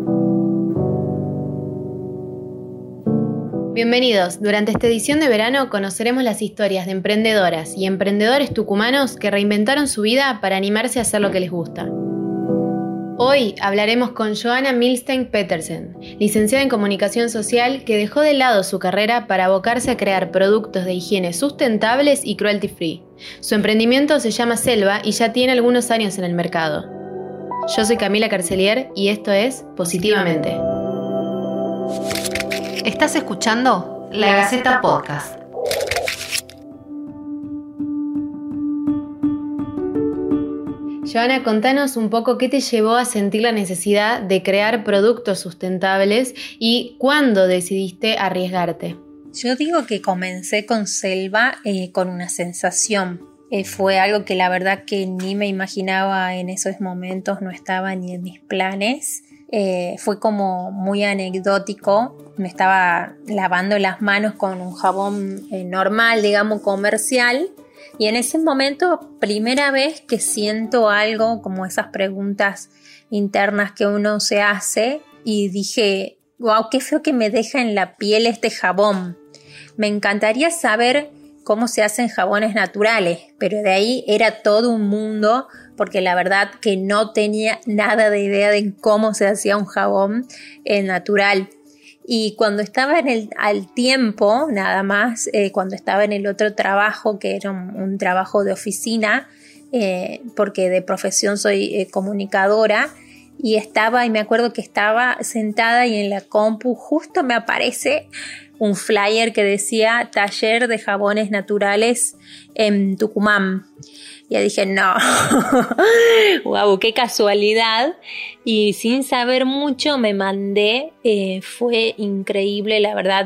Bienvenidos. Durante esta edición de verano conoceremos las historias de emprendedoras y emprendedores tucumanos que reinventaron su vida para animarse a hacer lo que les gusta. Hoy hablaremos con Johanna Milstein Petersen, licenciada en Comunicación Social que dejó de lado su carrera para abocarse a crear productos de higiene sustentables y cruelty free. Su emprendimiento se llama Selva y ya tiene algunos años en el mercado. Yo soy Camila Carcelier y esto es Positivamente. Estás escuchando La Gaceta Podcast. Johanna, contanos un poco qué te llevó a sentir la necesidad de crear productos sustentables y cuándo decidiste arriesgarte. Yo digo que comencé con Selva con una sensación. Fue algo que la verdad que ni me imaginaba en esos momentos, no estaba ni en mis planes. Fue como muy anecdótico. Me estaba lavando las manos con un jabón normal, digamos comercial, y en ese momento, primera vez que siento algo como esas preguntas internas que uno se hace, y dije, wow, qué feo que me deja en la piel este jabón. Me encantaría saber cómo se hacen jabones naturales, pero de ahí era todo un mundo, porque la verdad que no tenía nada de idea de cómo se hacía un jabón natural. Y cuando estaba al tiempo, nada más, cuando estaba en el otro trabajo, que era un trabajo de oficina, porque de profesión soy comunicadora, y me acuerdo que estaba sentada y en la compu justo me aparece un flyer que decía taller de jabones naturales en Tucumán. Y ya dije, no, wow, qué casualidad. Y sin saber mucho me mandé, fue increíble, la verdad.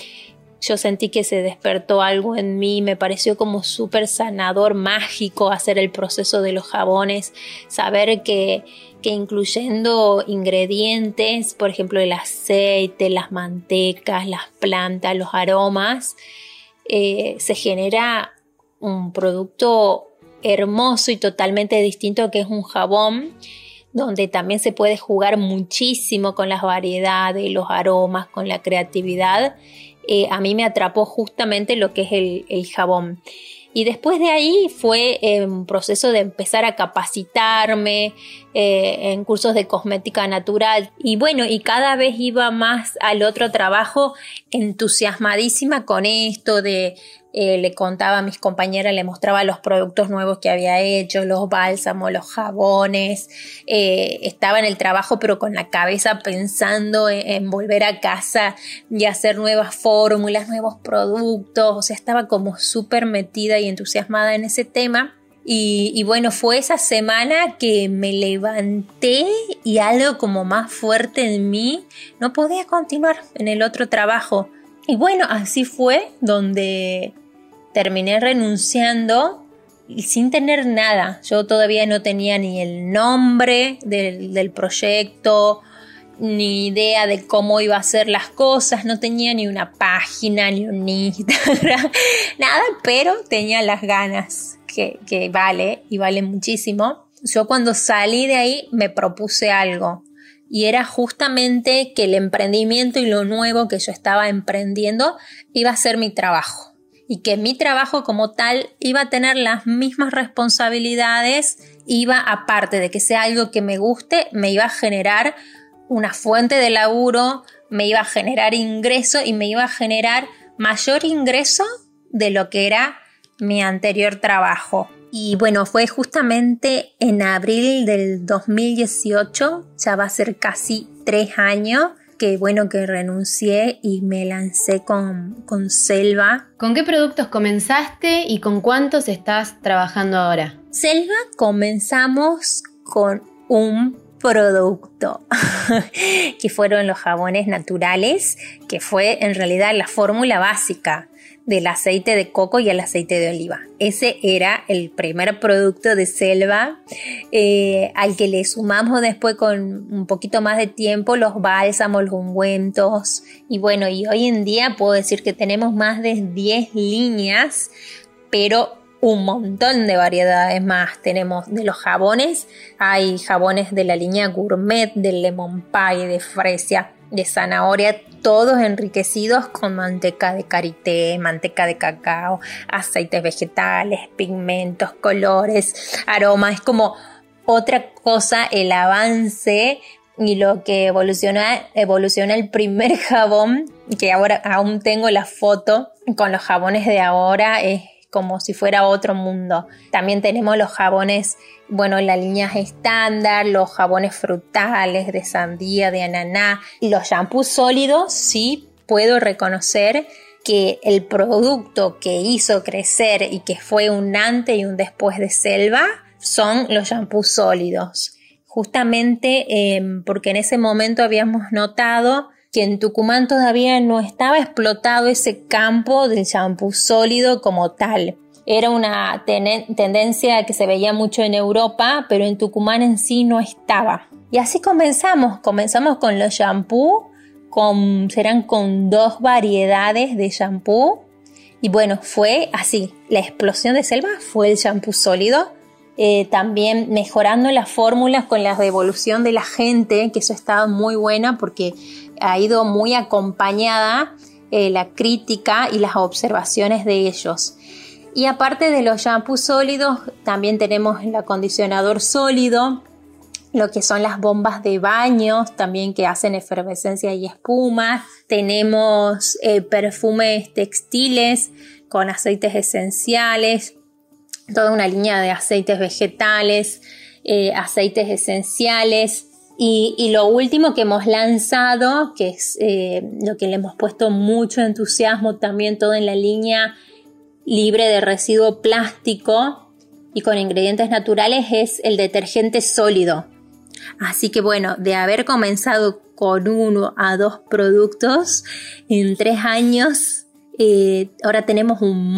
Yo sentí que se despertó algo en mí, me pareció como súper sanador, mágico hacer el proceso de los jabones, saber que incluyendo ingredientes, por ejemplo el aceite, las mantecas, las plantas, los aromas, se genera un producto hermoso y totalmente distinto que es un jabón, donde también se puede jugar muchísimo con las variedades, los aromas, con la creatividad. A mí me atrapó justamente lo que es el jabón. Y después de ahí fue un proceso de empezar a capacitarme en cursos de cosmética natural. Y bueno, y cada vez iba más al otro trabajo entusiasmadísima con esto de... le contaba a mis compañeras, le mostraba los productos nuevos que había hecho, los bálsamos, los jabones. Estaba en el trabajo pero con la cabeza pensando en volver a casa y hacer nuevas fórmulas, nuevos productos. O sea, estaba como súper metida y entusiasmada en ese tema. Y bueno, fue esa semana que me levanté y algo como más fuerte en mí no podía continuar en el otro trabajo. Y bueno, así fue donde terminé renunciando y sin tener nada. Yo todavía no tenía ni el nombre del proyecto, ni idea de cómo iba a hacer las cosas. No tenía ni una página, ni un Instagram, nada, pero tenía las ganas, que vale y vale muchísimo. Yo cuando salí de ahí me propuse algo. Y era justamente que el emprendimiento y lo nuevo que yo estaba emprendiendo iba a ser mi trabajo. Y que mi trabajo como tal iba a tener las mismas responsabilidades, aparte de que sea algo que me guste, me iba a generar una fuente de laburo, me iba a generar ingreso y me iba a generar mayor ingreso de lo que era mi anterior trabajo. Y bueno, fue justamente en abril del 2018, ya va a ser casi 3 años, que renuncié y me lancé con Selva. ¿Con qué productos comenzaste y con cuántos estás trabajando ahora? Selva comenzamos con un producto que fueron los jabones naturales, que fue en realidad la fórmula básica del aceite de coco y el aceite de oliva. Ese era el primer producto de Selva, al que le sumamos después con un poquito más de tiempo los bálsamos, los ungüentos, y hoy en día puedo decir que tenemos más de 10 líneas, pero un montón de variedades más. Tenemos de los jabones, hay jabones de la línea gourmet, del lemon pie, de fresia, de zanahoria, todos enriquecidos con manteca de karité, manteca de cacao, aceites vegetales, pigmentos, colores, aromas. Es como otra cosa el avance y lo que evoluciona el primer jabón, que ahora aún tengo la foto con los jabones de ahora, es como si fuera otro mundo. También tenemos los jabones, la línea estándar, los jabones frutales de sandía, de ananá. Los shampoos sólidos, sí puedo reconocer que el producto que hizo crecer y que fue un antes y un después de Selva son los shampoos sólidos. Justamente porque en ese momento habíamos notado que en Tucumán todavía no estaba explotado ese campo del shampoo sólido como tal. Era una tendencia que se veía mucho en Europa, pero en Tucumán en sí no estaba. Y así comenzamos con los shampoos, serán con 2 variedades de shampoo. Y bueno, fue así, la explosión de Selva fue el shampoo sólido. También mejorando las fórmulas con la devolución de la gente, que eso estaba muy buena porque ha ido muy acompañada la crítica y las observaciones de ellos. Y aparte de los shampoos sólidos, también tenemos el acondicionador sólido, lo que son las bombas de baños, también que hacen efervescencia y espumas. Tenemos perfumes textiles con aceites esenciales, toda una línea de aceites vegetales, aceites esenciales. Y lo último que hemos lanzado, que es lo que le hemos puesto mucho entusiasmo también, todo en la línea libre de residuo plástico y con ingredientes naturales, es el detergente sólido. Así que bueno, de haber comenzado con 1 a 2 productos en 3 años, ahora tenemos un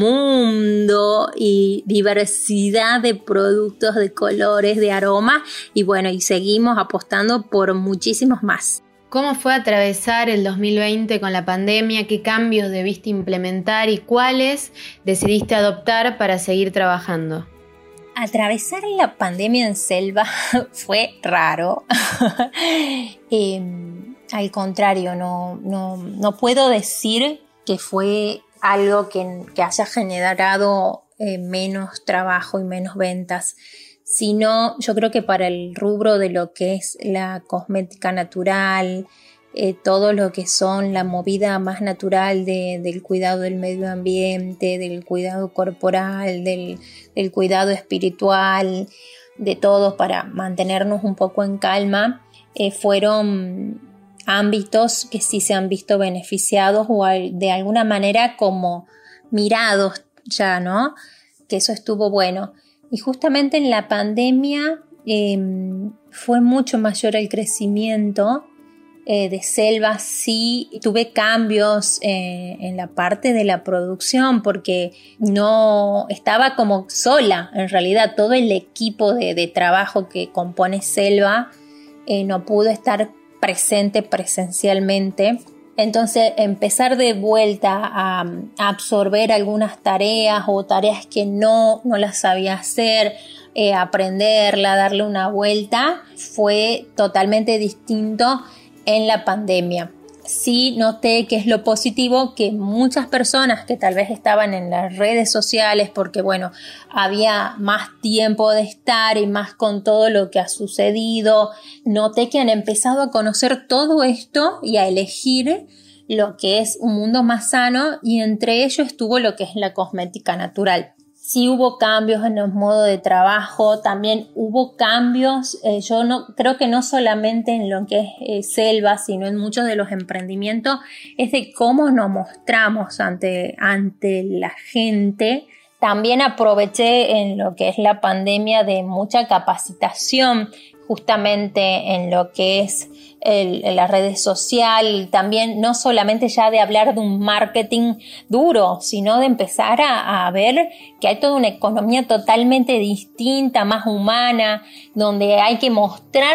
mundo y diversidad de productos, de colores, de aromas y bueno, y seguimos apostando por muchísimos más. ¿Cómo fue atravesar el 2020 con la pandemia? ¿Qué cambios debiste implementar y cuáles decidiste adoptar para seguir trabajando? Atravesar la pandemia en Selva fue raro. Al contrario, no puedo decir que fue algo que haya generado menos trabajo y menos ventas, sino yo creo que para el rubro de lo que es la cosmética natural, todo lo que son la movida más natural del cuidado del medio ambiente, del cuidado corporal, del cuidado espiritual, de todo para mantenernos un poco en calma, fueron ámbitos que sí se han visto beneficiados o de alguna manera como mirados ya, ¿no? Que eso estuvo bueno. Y justamente en la pandemia fue mucho mayor el crecimiento de Selva. Sí tuve cambios en la parte de la producción porque no estaba como sola. En realidad todo el equipo de trabajo que compone Selva no pudo estar presente presencialmente. Entonces empezar de vuelta a absorber algunas tareas o tareas que no las sabía hacer, aprenderla, darle una vuelta, fue totalmente distinto en la pandemia. Sí noté que es lo positivo, que muchas personas que tal vez estaban en las redes sociales porque bueno, había más tiempo de estar y más con todo lo que ha sucedido, noté que han empezado a conocer todo esto y a elegir lo que es un mundo más sano, y entre ellos estuvo lo que es la cosmética natural. Sí hubo cambios en los modos de trabajo, también hubo cambios, yo creo que no solamente en lo que es Selva, sino en muchos de los emprendimientos, es de cómo nos mostramos ante la gente. También aproveché en lo que es la pandemia de mucha capacitación, justamente en lo que es la red social, también no solamente ya de hablar de un marketing duro, sino de empezar a ver que hay toda una economía totalmente distinta, más humana, donde hay que mostrar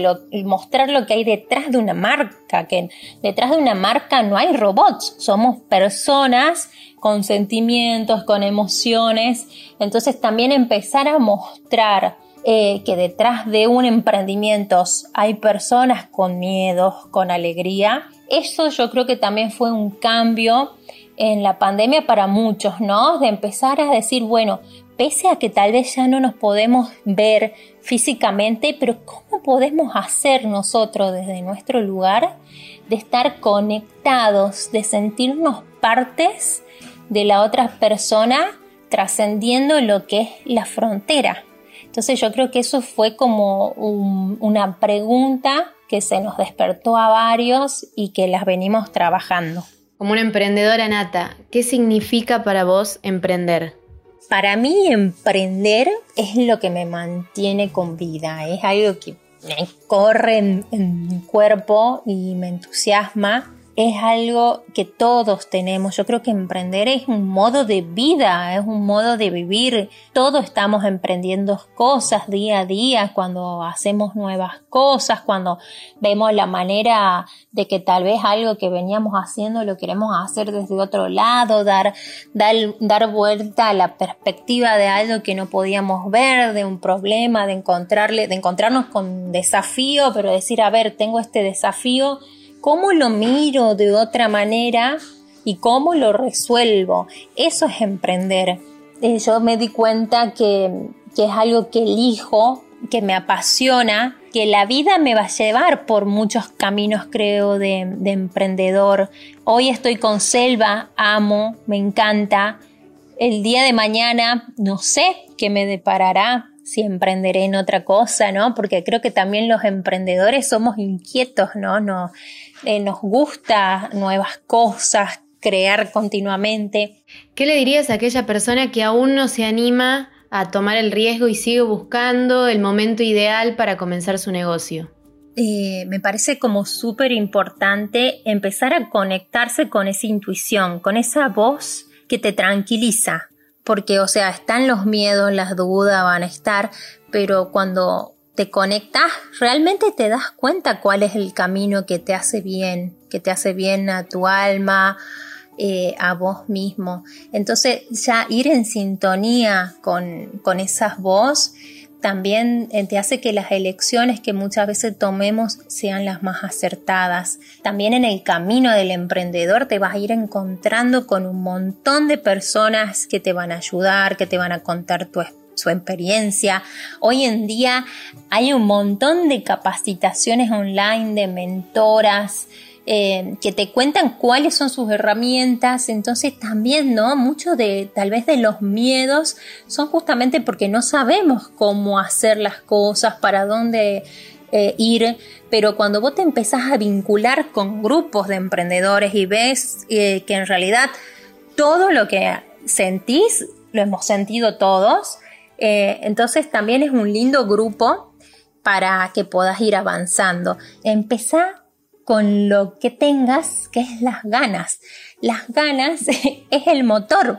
lo que hay detrás de una marca, que detrás de una marca no hay robots, somos personas con sentimientos, con emociones. Entonces también empezar a mostrar que detrás de un emprendimiento hay personas con miedos, con alegría. Eso yo creo que también fue un cambio en la pandemia para muchos, ¿no? De empezar a decir, bueno, pese a que tal vez ya no nos podemos ver físicamente, pero ¿cómo podemos hacer nosotros desde nuestro lugar de estar conectados, de sentirnos partes de la otra persona, trascendiendo lo que es la frontera? Entonces yo creo que eso fue como una pregunta que se nos despertó a varios y que las venimos trabajando. Como una emprendedora nata, ¿qué significa para vos emprender? Para mí emprender es lo que me mantiene con vida, es algo que me corre en mi cuerpo y me entusiasma. Es algo que todos tenemos. Yo creo que emprender es un modo de vida, es un modo de vivir. Todos estamos emprendiendo cosas día a día, cuando hacemos nuevas cosas, cuando vemos la manera de que tal vez algo que veníamos haciendo lo queremos hacer desde otro lado, dar vuelta a la perspectiva de algo que no podíamos ver, de un problema, de encontrarnos con un desafío, pero decir, a ver, tengo este desafío, ¿cómo lo miro de otra manera y cómo lo resuelvo? Eso es emprender. Yo me di cuenta que es algo que elijo, que me apasiona, que la vida me va a llevar por muchos caminos, creo, de emprendedor. Hoy estoy con Selva, amo, me encanta. El día de mañana no sé qué me deparará, si emprenderé en otra cosa, ¿no? Porque creo que también los emprendedores somos inquietos, ¿no? Nos gusta nuevas cosas, crear continuamente. ¿Qué le dirías a aquella persona que aún no se anima a tomar el riesgo y sigue buscando el momento ideal para comenzar su negocio? Me parece como súper importante empezar a conectarse con esa intuición, con esa voz que te tranquiliza. Porque, o sea, están los miedos, las dudas van a estar, pero cuando te conectas, realmente te das cuenta cuál es el camino que te hace bien a tu alma, a vos mismo. Entonces, ya ir en sintonía con esas voces también te hace que las elecciones que muchas veces tomemos sean las más acertadas. También en el camino del emprendedor te vas a ir encontrando con un montón de personas que te van a ayudar, que te van a contar su experiencia. Hoy en día hay un montón de capacitaciones online, de mentoras, que te cuentan cuáles son sus herramientas. Entonces también, ¿no? Muchos tal vez de los miedos son justamente porque no sabemos cómo hacer las cosas, para dónde ir, pero cuando vos te empezás a vincular con grupos de emprendedores y ves que en realidad todo lo que sentís lo hemos sentido todos, entonces también es un lindo grupo para que puedas ir avanzando. Empezá con lo que tengas, que es las ganas. Las ganas es el motor.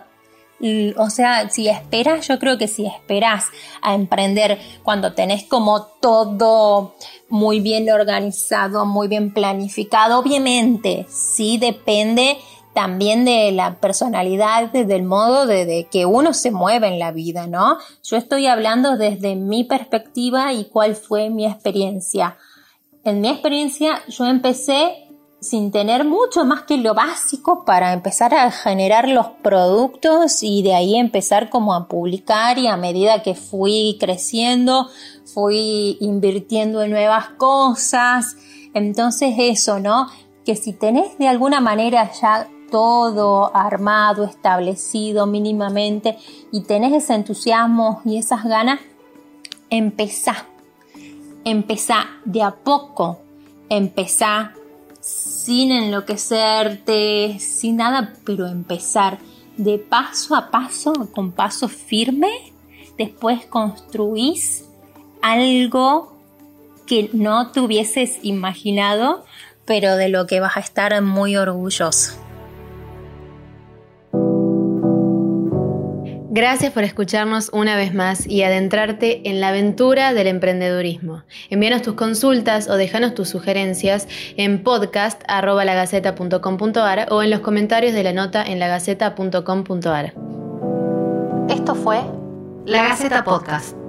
O sea, yo creo que si esperás a emprender cuando tenés como todo muy bien organizado, muy bien planificado, obviamente sí depende también de la personalidad, del modo de que uno se mueve en la vida, ¿no? Yo estoy hablando desde mi perspectiva y cuál fue mi experiencia. En mi experiencia, yo empecé sin tener mucho más que lo básico para empezar a generar los productos y de ahí empezar como a publicar, y a medida que fui creciendo, fui invirtiendo en nuevas cosas. Entonces eso, ¿no? Que si tenés de alguna manera ya todo armado, establecido mínimamente y tenés ese entusiasmo y esas ganas, empezá de a poco, empezá sin enloquecerte, sin nada, pero empezar de paso a paso, con paso firme. Después construís algo que no te hubieses imaginado, pero de lo que vas a estar muy orgulloso. Gracias por escucharnos una vez más y adentrarte en la aventura del emprendedurismo. Envíanos tus consultas o déjanos tus sugerencias en podcast@lagaceta.com.ar o en los comentarios de la nota en lagaceta.com.ar. Esto fue La Gaceta Podcast.